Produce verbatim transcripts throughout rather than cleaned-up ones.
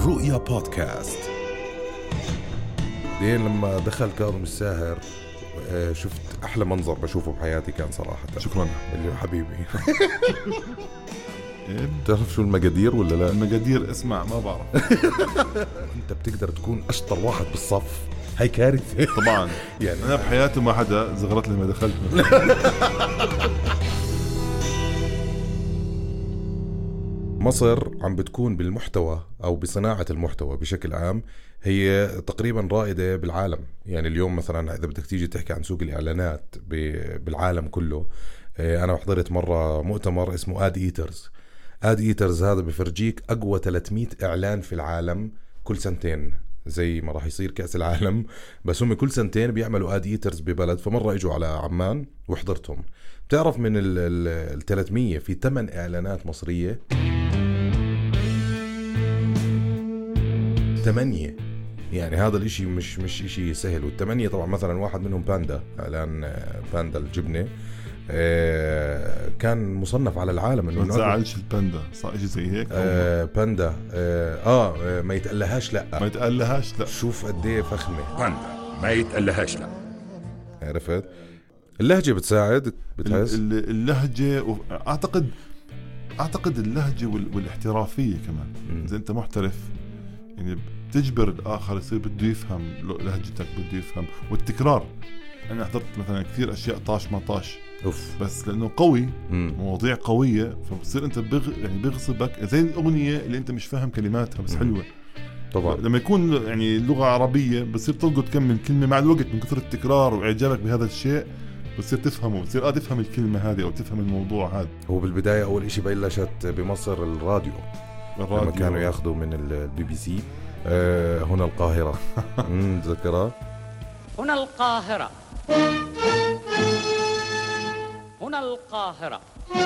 الرؤيا بودكاست. دين لما دخل كاظم الساهر شفت أحلى منظر بشوفه بحياتي كان صراحة. شكرا اللي حبيبي. تعرف شو المقادير ولا لا؟ المقادير اسمع ما بعرف. أنت بتقدر تكون أشطر واحد بالصف، هاي كارثة طبعا. يعني أنا بحياتي ما حدا زغرت لي ما دخلت. مصر عم بتكون بالمحتوى أو بصناعة المحتوى بشكل عام هي تقريبا رائدة بالعالم. يعني اليوم مثلا إذا بدك تيجي تحكي عن سوق الإعلانات بالعالم كله، أنا حضرت مرة مؤتمر اسمه آد إيترز. آد إيترز هذا بفرجيك أقوى ثلاثمية إعلان في العالم كل سنتين، زي ما راح يصير كأس العالم، بس هم كل سنتين بيعملوا آد إيترز ببلد. فمرة إجوا على عمان وحضرتهم. بتعرف من ال ثلاثمية في ثمان إعلانات مصرية، ثمانية. يعني هذا الاشي مش مش اشي سهل. والثمانية طبعا مثلا واحد منهم باندا، اعلان باندا الجبنة، كان مصنف على العالم انه ما تزعلش الباندا، صار اشي زي هيك. آه باندا اه, آه ما يتقلهاش لا ما يتقلهاش لا. شوف قد ايه فخمة باندا ما يتقلهاش لا. عرفت اللهجة بتساعد بتحس اللهجة. اعتقد اعتقد اللهجة والاحترافية كمان. اذا انت محترف يعني بتجبر الآخر يصير بده يفهم لهجتك، بده يفهم. والتكرار، أنا حضرت مثلا كثير أشياء طاش ما طاش أوف. بس لأنه قوي، مم. مواضيع قوية، فبصير أنت بغ... يعني بيغصبك زي الأغنية اللي أنت مش فاهم كلماتها بس مم. حلوة طبعا. لما يكون يعني لغة عربية بصير تلقط كم من كلمة مع الوقت من كثر التكرار وإعجابك بهذا الشيء، بصير تفهمه، بصير آه تفهم الكلمة هذه أو تفهم الموضوع هذا. هو بالبداية أول إشي بلشت بمصر الراديو. الراديو لما كانوا ياخذوا من البي بي سي آه هنا القاهرة. امم تذكرها هنا القاهرة، هنا القاهرة.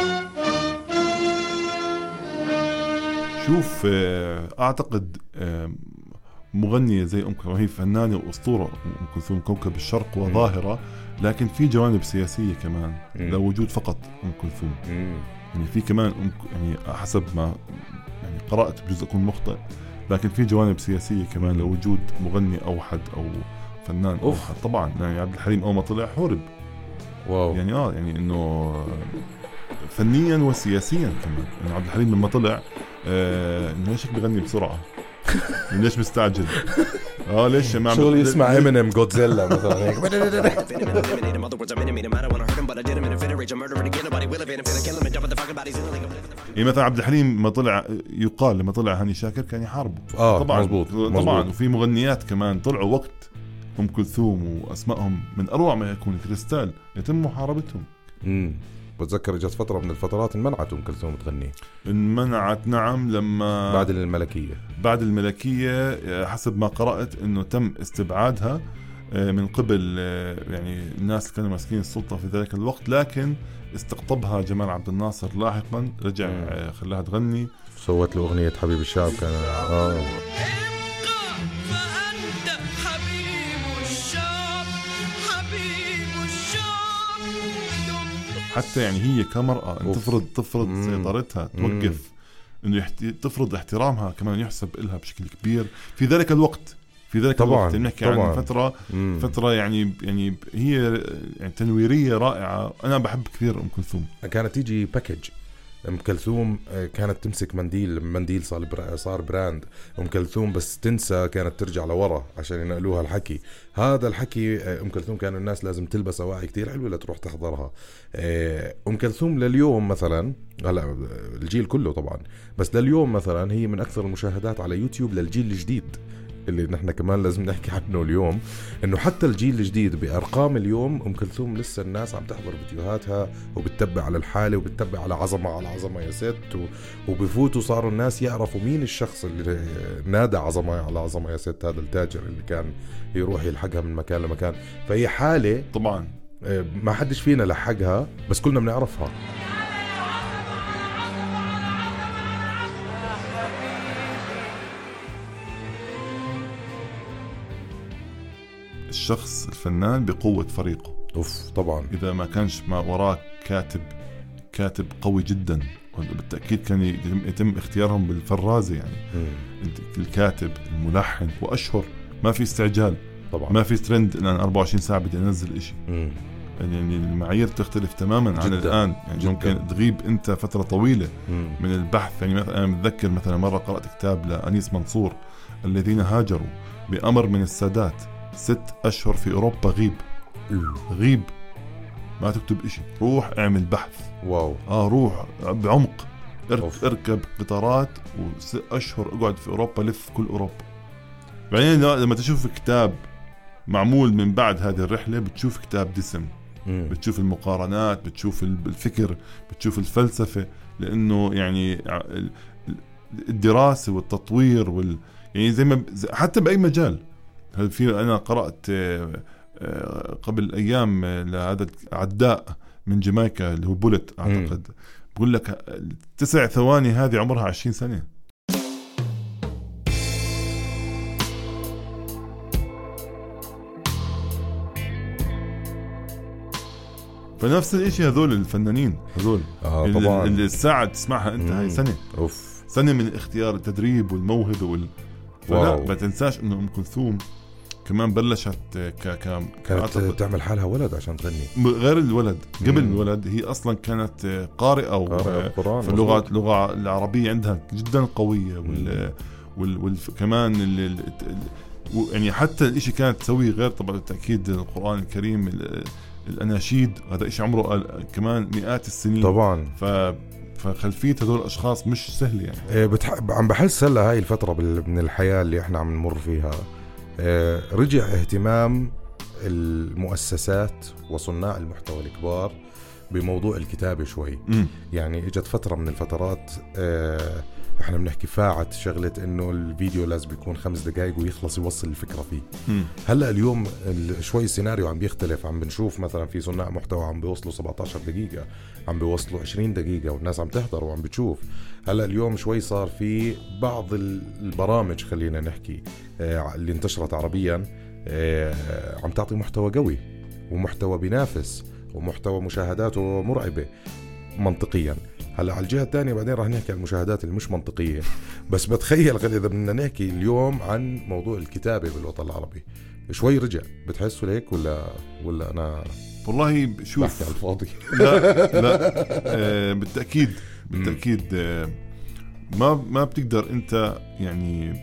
شوف أعتقد مغنية زي أم كلثوم هي فنانة وأسطورة، أم كلثوم كوكب الشرق وظاهرة، لكن في جوانب سياسية كمان لا وجود فقط أم كلثوم. يعني في كمان أم يعني حسب ما يعني قرأت، بجزء أكون مخطئ، لكن في جوانب سياسية كمان لو وجود مغني أوحد أو فنان أوحد. طبعا يعني عبد الحليم أول ما طلع حورب. واو. يعني آه يعني إنه فنيا وسياسيا كمان. يعني عبد الحليم لما طلع آه إنه ليش بيغني بسرعة؟ ليش مستعجل؟ آه ليش ما شو اللي يسمع إمينيم جودزيلا مثلا هيك. يعني مثلا عبد الحليم ما طلع يقال لما طلع هاني شاكر كان يحاربه. آه طبعا مزبوط. طبعا مزبوط. وفي مغنيات كمان طلعوا وقت أم كلثوم وأسمائهم من أروع ما يكون كريستال يتم محاربتهم. امم بتذكر جت فترة من الفترات انمنعت أم كلثوم تغني. انمنعت نعم، لما بعد الملكية. بعد الملكية حسب ما قرأت إنه تم استبعادها من قبل يعني الناس اللي كانوا ماسكين السلطة في ذلك الوقت، لكن استقطبها جمال عبد الناصر لاحقا، رجع مم. خلاها تغني، سوت له أغنية حبيب الشعب. كان آه حتى يعني هي كمرأة أن تفرض تفرض مم. سيطرتها، توقف مم. إنه يحت... تفرض احترامها كمان يحسب إلها بشكل كبير في ذلك الوقت. في ذلك طبعاً. الوقت نحكي عن فترة مم. فترة يعني يعني هي يعني تنويرية رائعة. أنا بحب كثير أم كلثوم. كانت تيجي باكج. أم كلثوم كانت تمسك منديل، منديل صار صار براند أم كلثوم، بس تنسى كانت ترجع لورا عشان ينقلوها الحكي. هذا الحكي أم كلثوم كانوا الناس لازم تلبس أواعي كتير حلوة لتروح تحضرها. أم كلثوم لليوم مثلا، هلا الجيل كله طبعا، بس لليوم مثلا هي من أكثر المشاهدات على يوتيوب للجيل الجديد اللي نحن كمان لازم نحكي عنه اليوم. انه حتى الجيل الجديد بارقام اليوم ام كلثوم لسه الناس عم تحضر فيديوهاتها وبتتبع على الحالة وبتتبع على عظمة على عظمة يا ست، وبفوتوا صاروا الناس يعرفوا مين الشخص اللي نادى عظمة على عظمة يا ست، هذا التاجر اللي كان يروح يلحقها من مكان لمكان. فهي حالة طبعا ما حدش فينا لحقها بس كلنا بنعرفها. الشخص الفنان بقوة فريقه. أوف طبعا. إذا ما كانش ما وراك كاتب كاتب قوي جدا بالتأكيد كان يتم, يتم اختيارهم بالفرازة يعني. مم. الكاتب الملحن وأشهر ما في استعجال طبعا ما في ترند الآن أربعة وعشرين ساعة بدي أنزل إشي. مم. يعني المعايير تختلف تماما عن جداً. الآن يعني جداً. ممكن تغيب أنت فترة طويلة مم. من البحث. يعني مثلا أنا متذكر مثلا مرة قرأت كتاب لأنيس منصور الذين هاجروا بأمر من السادات ست أشهر في أوروبا. غيب غيب ما تكتب إشي روح اعمل بحث. واو آه روح بعمق أوف. اركب قطارات وست أشهر اقعد في أوروبا لف كل أوروبا. بعدين لما تشوف كتاب معمول من بعد هذه الرحلة بتشوف كتاب دسم. مم. بتشوف المقارنات بتشوف الفكر بتشوف الفلسفة لأنه يعني الدراسة والتطوير وال يعني زي ما حتى بأي مجال. في أنا قرأت قبل أيام لهذا عداء من جامايكا اللي هو بولت أعتقد بقول لك تسع ثواني هذه عمرها عشرين سنة. فنفس الاشي هذول الفنانين هذول آه طبعا اللي الساعة تسمعها انت هاي سنة أوف. سنة من اختيار التدريب والموهبة وال... فلا ما تنساش انه ام كلثوم كمان بلشت ك ك كانت تعمل حالها ولد عشان تغني غير الولد قبل مم. الولد هي اصلا كانت قارئة في اللغة اللغة العربية عندها جدا قوية وال... وال... وال... كمان ال... ال... يعني حتى الاشي كانت تسويه غير طبعا بالتأكيد القرآن الكريم ال... الأناشيد هذا إشي عمره كمان مئات السنين طبعا. ف فخلفية هذول الأشخاص مش سهلة يعني. إيه بتح... عم بحس هلا هاي الفترة بال... من الحياة اللي احنا عم نمر فيها إيه رجع اهتمام المؤسسات وصناع المحتوى الكبار بموضوع الكتابة شوي. م. يعني اجت فترة من الفترات إيه احنا بنحكي فاعت شغلة انه الفيديو لازم يكون خمس دقائق ويخلص يوصل الفكرة فيه. م. هلأ اليوم شوي السيناريو عم بيختلف. عم بنشوف مثلا في صناع محتوى عم بيوصلوا سبعة عشر دقيقة عم بيوصلوا عشرين دقيقة والناس عم تحضر وعم بتشوف. هلأ اليوم شوي صار في بعض البرامج خلينا نحكي اللي انتشرت عربيا عم تعطي محتوى قوي ومحتوى بينافس ومحتوى مشاهداته مرعبة منطقيا. هلا على الجهة الثانية بعدين راح نحكي عن المشاهدات اللي مش منطقية. بس بتخيل إذا بدنا نحكي اليوم عن موضوع الكتابة بالوطن العربي شوي رجع بتحسوا ليك ولا ولا أنا والله شوف بحكي على الفاضي؟ لا لا آه بالتأكيد بالتأكيد آه ما ما بتقدر أنت يعني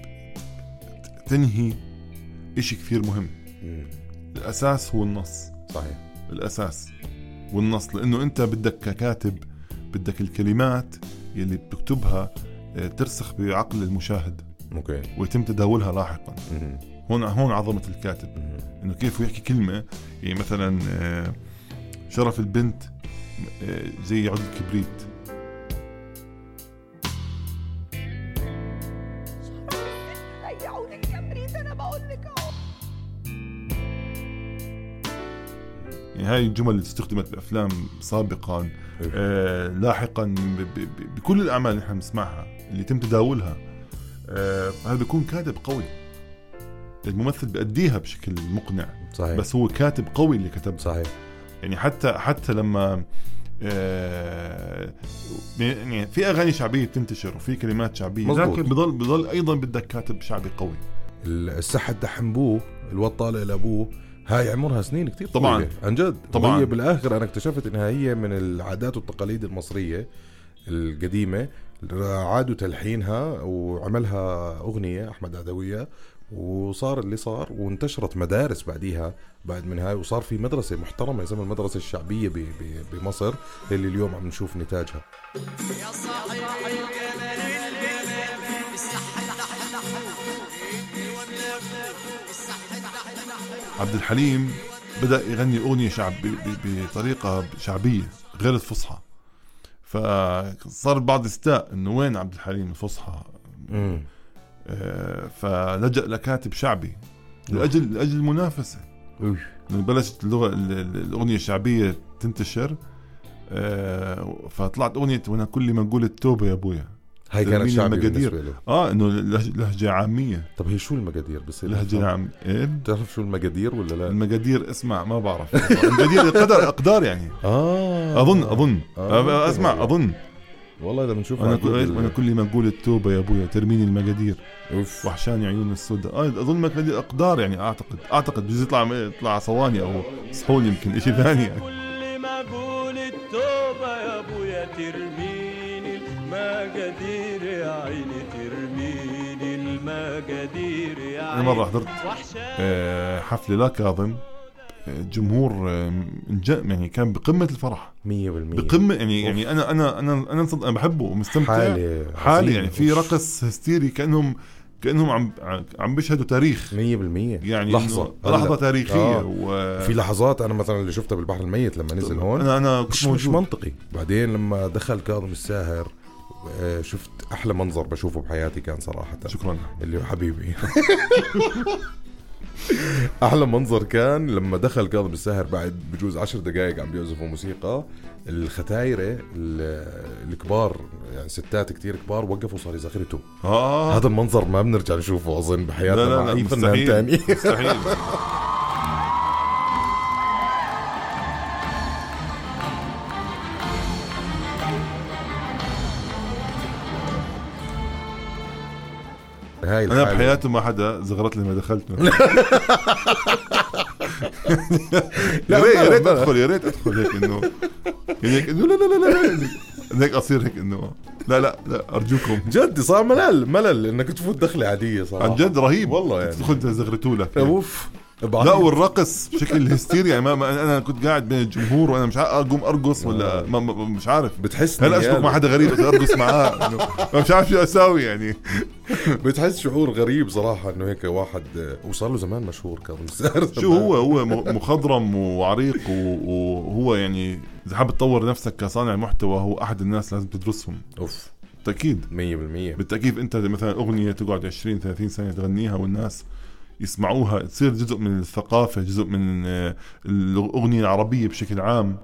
تنهي إشي كثير مهم. مم. الأساس هو النص. صحيح الأساس والنص لأنه أنت بدك ككاتب بدك الكلمات يلي بتكتبها ترسخ بعقل المشاهد اوكي ويتم تداولها لاحقا. مم. هون هون عظمة الكاتب مم. انه كيف يحكي كلمة يعني مثلا شرف البنت زي عود الكبريت. زي عود الكبريت انا بقول لك اهو. يعني هاي الجمل اللي استخدمت بأفلام سابقا آه لاحقا ب ب بكل الأعمال اللي احنا بنسمعها اللي يتم تداولها. آه هذا بيكون كاتب قوي. الممثل بيأديها بشكل مقنع. صحيح. بس هو كاتب قوي اللي كتب. صحيح. يعني حتى حتى لما آه يعني في أغاني شعبية تنتشر وفي كلمات شعبية مزبوط. لكن بضل بضل أيضا بدك كاتب شعبي قوي. السحة دحم بوه الواد طالع لأبوه هاي عمرها سنين كتير طبعا طويلة. عن جد طبعا. هي بالآخر أنا اكتشفت إنها هي من العادات والتقاليد المصرية القديمة عادوا تلحينها وعملها أغنية أحمد عدوية وصار اللي صار وانتشرت مدارس بعديها بعد من هاي وصار في مدرسة محترمة اسمها المدرسة الشعبية بمصر اللي اليوم عم نشوف نتاجها. عبد الحليم بدأ يغني أغنية شعب بطريقة شعبية غير الفصحى فصار بعض استاء إنه وين عبد الحليم الفصحى. آه فلجأ لكاتب شعبي لأجل لأجل المنافسة. بلشت اللغة الأغنية الشعبية تنتشر آه فطلعت أغنية وأنا كل ما نقول التوبة يا أبويا. هاي كانت شعبية بالنسبة له. آه إنه لهجة عامية. طب هي شو المقادير بس لهجة عام إيه؟ تعرف شو المقادير ولا لا؟ المقادير اسمع ما بعرف. المقادير قدر أقدار يعني. آه أظن أظن آه أسمع آه. أظن والله إذا بنشوف أنا كل أنا كل ما أقول التوبة يا أبويا ترميني المقادير أوف. وحشاني عيون السوداء. آه أظن مقادير أقدار يعني أعتقد أعتقد بيجي يطلع يطلع صواني أو صحون يمكن إشي ثاني يعني. كل ما أقول التوبة يا أبويا ترميني المقادير يا عيني ترميني المقادير يا عيني. أنا مرة حضرت حفلة لا كاظم، الجمهور يعني كان بقمة الفرح مية بالمية بقمة يعني أوف. يعني أنا أنا أنا أنا أنا بحبه ومستمتع حالي, حالي يعني في رقص هستيري كأنهم كأنهم عم عم بيشهدوا تاريخ مية بالمية يعني لحظة لحظة تاريخية. آه. و... في لحظات أنا مثلا اللي شفتها بالبحر الميت لما نزل هون أنا أنا مش, مش منطقي. بعدين لما دخل كاظم الساهر شفت أحلى منظر بشوفه بحياتي كان صراحة. شكرا اللي حبيبي أحلى منظر كان لما دخل كاظم الساهر بعد بجوز عشر دقائق عم بيعزفوا موسيقى، الختايرة الكبار يعني ستات كتير كبار وقفوا صار يزغرتوا. آه. هذا المنظر ما بنرجع نشوفه أظن بحياتنا. لا لا مع لا أي فنان تاني. مستحيل. هاي أنا بحياتي ما حدا زغرت لي ما دخلت. يا ريت يا ريت أدخل يا ريت أدخل هيك إنه هيك إنه لا لا لا لا هيك أصير هيك إنه لا لا لا أرجوكم جد صار ملل ملل إنك تفوت دخلة عادية صراحة عن جد رهيب والله يعني تدخل زغرتوا لك أوف. لا والرقص بشكل هستيري يعني ما, ما انا كنت قاعد بين الجمهور وانا مش عارف اقوم ارقص ولا ما ما مش عارف بتحس هلا اشبك مع حدا غريب ارقص معاه مش عارف شو اساوي يعني. بتحس شعور غريب صراحه انه هيك واحد وصار له زمان مشهور كاظم الساهر. شو هو هو مخضرم وعريق وهو يعني اذا حاب تطور نفسك كصانع محتوى هو احد الناس لازم تدرسهم. اوف بالتاكيد مية بالمية بالتاكيد. انت مثلا اغنيه تقعد عشرين ثلاثين سنه تغنيها والناس يسمعوها تصير جزء من الثقافة، جزء من الأغنية العربية بشكل عام.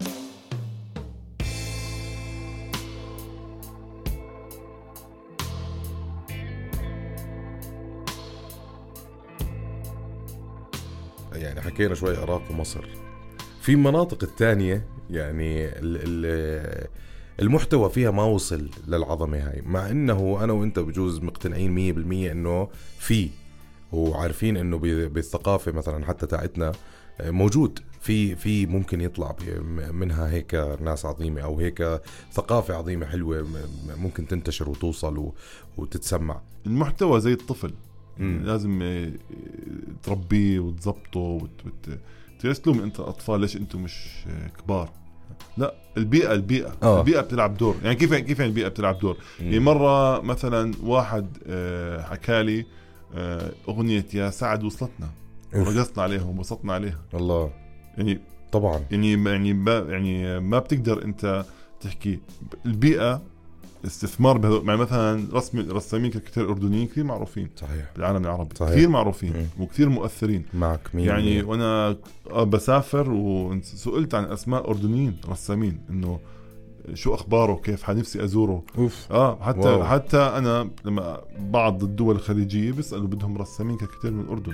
يعني حكينا شوي عراق ومصر. في مناطق الثانية يعني المحتوى فيها ما وصل للعظمة هاي، مع انه انا وانت بجوز مقتنعين مية بالمية انه في وعارفين انه بالثقافة مثلا حتى تاعتنا موجود في في ممكن يطلع منها هيك ناس عظيمة او هيك ثقافة عظيمة حلوة ممكن تنتشر وتوصل وتتسمع. المحتوى زي الطفل مم. لازم تربيه وتزبطه وترسلهم انت اطفال ليش انتم مش كبار. لا البيئة البيئة آه. البيئة بتلعب دور يعني كيف كيف يعني البيئة بتلعب دور. يعني مرة مثلا واحد حكالي أغنية يا سعد وصلتنا ورقصنا عليها وانبسطنا عليها. الله يعني طبعا يعني يعني ما يعني ما بتقدر أنت تحكي البيئة استثمار بهذول. يعني مثلا رسم رسامين كتير أردنيين كثير معروفين صحيح بالعالم العربي صحيح. كثير معروفين م. وكثير مؤثرين معك مين يعني مين. وأنا بسافر وسئلت عن أسماء أردنيين رسامين إنه شو أخباره كيف نفسي أزوره. أوف. آه حتى واو. حتى أنا لما بعض الدول الخليجية بيسألوا بدهم رسامين كتير من الأردن.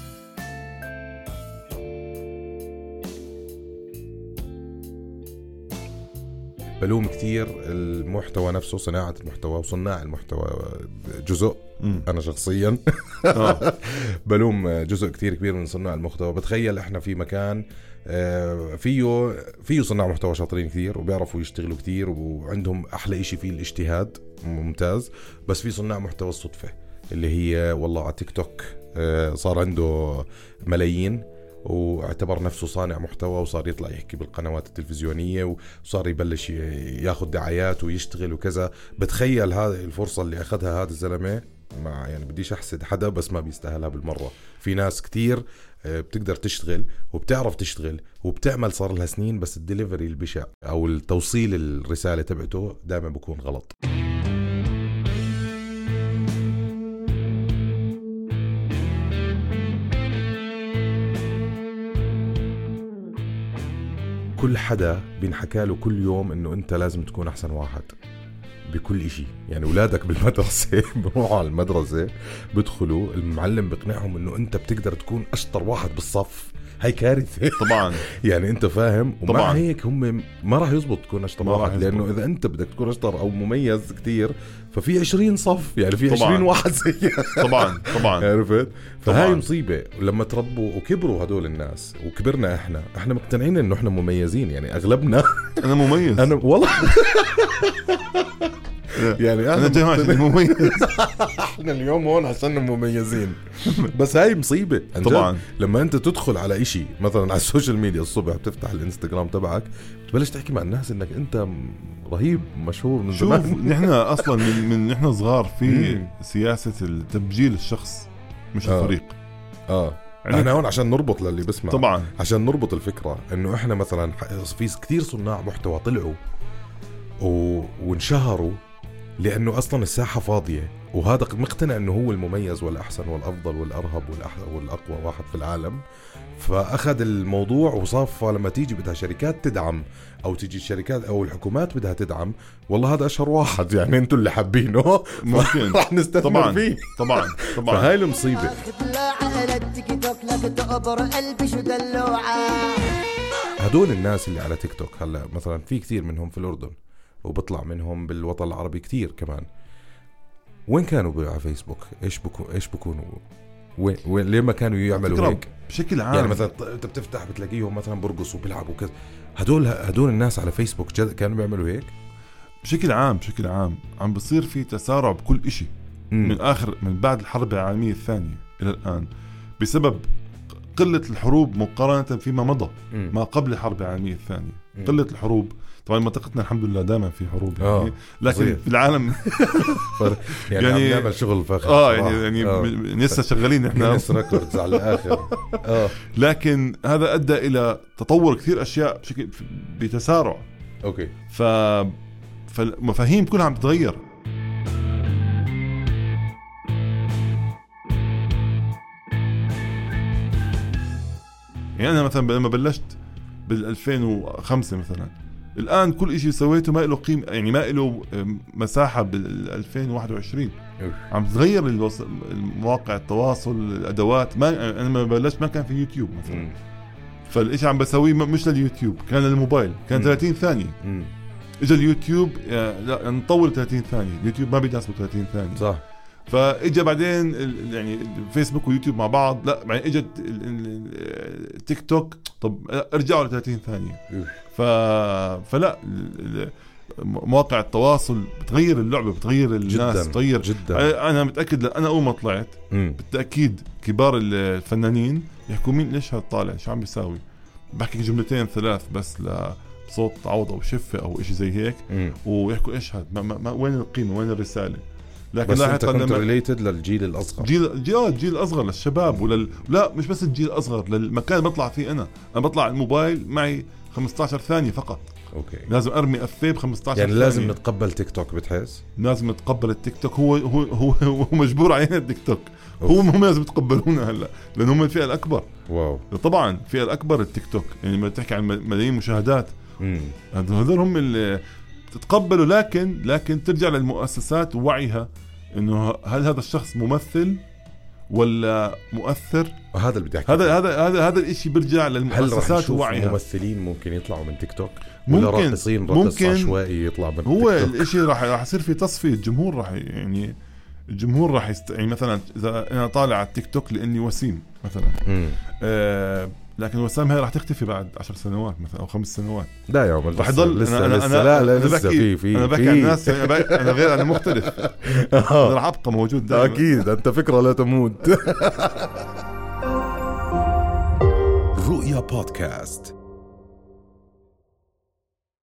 بلوم كتير المحتوى نفسه صناعة المحتوى وصناع المحتوى جزء م. أنا شخصيا آه. بلوم جزء كتير كبير من صناع المحتوى. بتخيل إحنا في مكان فيه فيه صناع محتوى شاطرين كثير وبيعرفوا يشتغلوا كتير وعندهم أحلى إشي فيه الاجتهاد ممتاز، بس في صناع محتوى الصدفة اللي هي والله على تيك توك صار عنده ملايين واعتبر نفسه صانع محتوى وصار يطلع يحكي بالقنوات التلفزيونية وصار يبلش ياخد دعايات ويشتغل وكذا. بتخيل هذه الفرصة اللي أخذها هذا الزلمة مع يعني بديش أحسد حدا بس ما بيستاهلها بالمرة. في ناس كتير بتقدر تشتغل وبتعرف تشتغل وبتعمل صار لها سنين بس الدليفري البشع أو التوصيل الرسالة تبعته دائما بيكون غلط. كل حدا بينحكاله كل يوم انه انت لازم تكون احسن واحد بكل اشي. يعني اولادك بالمدرسة بروحوا على المدرسة بدخلوا المعلم بيقنعهم انه انت بتقدر تكون اشطر واحد بالصف هاي كارثة. طبعا يعني انت فاهم. ومع طبعاً. هيك هم ما راح يزبط تكون اشطر ما راح واحد، لانه يزبط. اذا انت بدك تكون اشطر او مميز كتير ففي عشرين صف، يعني في طبعاً. عشرين واحد زيك. طبعا طبعا عرفت؟ فهاي طبعاً. مصيبة. ولما تربوا وكبروا هدول الناس وكبرنا احنا احنا مقتنعين انه احنا مميزين، يعني اغلبنا. انا مميز. انا والله يعني انا جاي عشان مميز. احنا اليوم هون عشان مميزين. بس هاي مصيبة عن جد. طبعاً. لما انت تدخل على اشي مثلا على السوشيال ميديا الصبح، بتفتح الانستغرام تبعك بتبلش تحكي مع الناس انك انت رهيب مشهور من شوف زمان. نحن اصلا من, من نحن صغار في مم. سياسة التبجيل الشخص مش آه. الفريق. اه يعني احنا هون عشان نربط للي بسمع، طبعا عشان نربط الفكرة انه احنا مثلا في كثير صناع محتوى طلعوا و... وانشهروا لانه اصلا الساحة فاضية، وهذا مقتنع انه هو المميز والاحسن والافضل والارهب والأح- والاقوى واحد في العالم. فاخذ الموضوع وصافى لما تيجي بدها شركات تدعم او تيجي الشركات او الحكومات بدها تدعم، والله هذا اشهر واحد يعني انتوا اللي حابينه ممكن. راح نستثمر طبعا فيه. طبعا طبعا فهاي المصيبة. هدول الناس اللي على تيك توك هلا مثلا في كثير منهم في الأردن وبطلع منهم بالوطن العربي كثير كمان. وين كانوا على فيسبوك؟ ايش بكون ايش بكونوا وين وين ليه ما كانوا يعملوا فكرة هيك؟ بشكل عام. يعني مثلا ط- انت بتفتح بتلاقيهم مثلا برقصوا وبيلعبوا كذا. هدول هدول الناس على فيسبوك جد كانوا بيعملوا هيك؟ بشكل عام بشكل عام عم بصير في تسارع بكل إشي مم. من آخر من بعد الحرب العالمية الثانية إلى الآن بسبب قلة الحروب مقارنة فيما مضى مم. ما قبل الحرب العالمية الثانية. مم. قلة الحروب طبعا منطقتنا الحمد لله دائما في حروب يعني. آه. لكن صحيح. في العالم يعني, يعني يعني- عم نعمل شغل فاخر اه صراحة. يعني يعني آه. م- لسه شغالين احنا. جينيس ريكوردز على الاخر. اه لكن هذا ادى الى تطور كثير اشياء بشكل بتسارع. اوكي. ف فالمفاهيم كلها عم تتغير. يعني انا مثلا لما بلشت بال ألفين وخمسة مثلا، الان كل إشي سويته ما له قيمه، يعني ما له مساحه بال ألفين وواحد وعشرين. أوف. عم تتغير الوص... مواقع التواصل، الادوات. ما انا لما بلشت ما كان في يوتيوب مثلا، مم. فالإشي عم بسويه م- مش لليوتيوب، كان للموبايل، كان مم. ثلاثين ثانية. مم. اجى اليوتيوب آه، لا نطول ثلاثين ثانية، اليوتيوب ما بيناسبه ثلاثين ثانية. صح. فاجى بعدين ال- يعني فيسبوك ويوتيوب مع بعض، لا بعدين اجت ال- ال- التيك توك، طب ارجعوا ل ثلاثين ثانية. أوف. ف فلا ال- ال- مواقع التواصل بتغير اللعبة، بتغير الناس، جدا بتغير. جدا. انا متأكد انا اول ما طلعت مم. بالتأكيد كبار الفنانين يحكوا مين ليش هاد طالع شو عم بيساوي، بحكي جملتين ثلاث بس لصوت عوض او شفة او اشي زي هيك، مم. ويحكوا ايش هاد ما ما ما وين القيمة وين الرسالة. لكن بس لاحقاً انت كنت لما- ريليتد للجيل الاصغر. جيل جيل الجيل الاصغر للشباب ولل لا مش بس الجيل الاصغر، للمكان اللي بطلع فيه انا انا بطلع على الموبايل معي خمسة عشر ثانية فقط، اوكي. لازم ارمي افيه ب خمسة عشر يعني ثانية. لازم نتقبل تيك توك بتحس؟ لازم نتقبل التيك توك. هو هو هو, هو مجبور علينا التيك توك. هو هم لازم يتقبلونا هلا لان هم الفئة الاكبر. واو. طبعا الفئة الاكبر التيك توك، يعني لما تحكي عن ملايين مشاهدات، مم. هذول هم اللي تتقبلوا. لكن لكن ترجع للمؤسسات ووعيها انه هل هذا الشخص ممثل ولا مؤثر. وهذا اللي بدي احكي هذا فيه. هذا هذا هذا الاشي بيرجع هل رح للمؤسسات نشوف ووعيها. ممثلين ممكن يطلعوا من تيك توك؟ ولا ممكن راقصين رقص ممكن عشوائي يطلع من هو تيك توك؟ الاشي راح راح يصير في تصفية. الجمهور راح يعني الجمهور راح يست... يعني مثلا اذا انا طالع على التيك توك لاني وسيم مثلا، مم. آه لكن وسام هي راح تختفي بعد عشر سنوات مثلا او خمس سنوات. لا يا عمر راح يضل لسه انا انا لسه انا لا لا أنا لسه بحكي في في انا بحكي في. عن الناس، انا, بحكي أنا غير انا مختلف. انا راح ابقى موجود دائما. اكيد انت فكرة لا تموت. رؤيا بودكاست.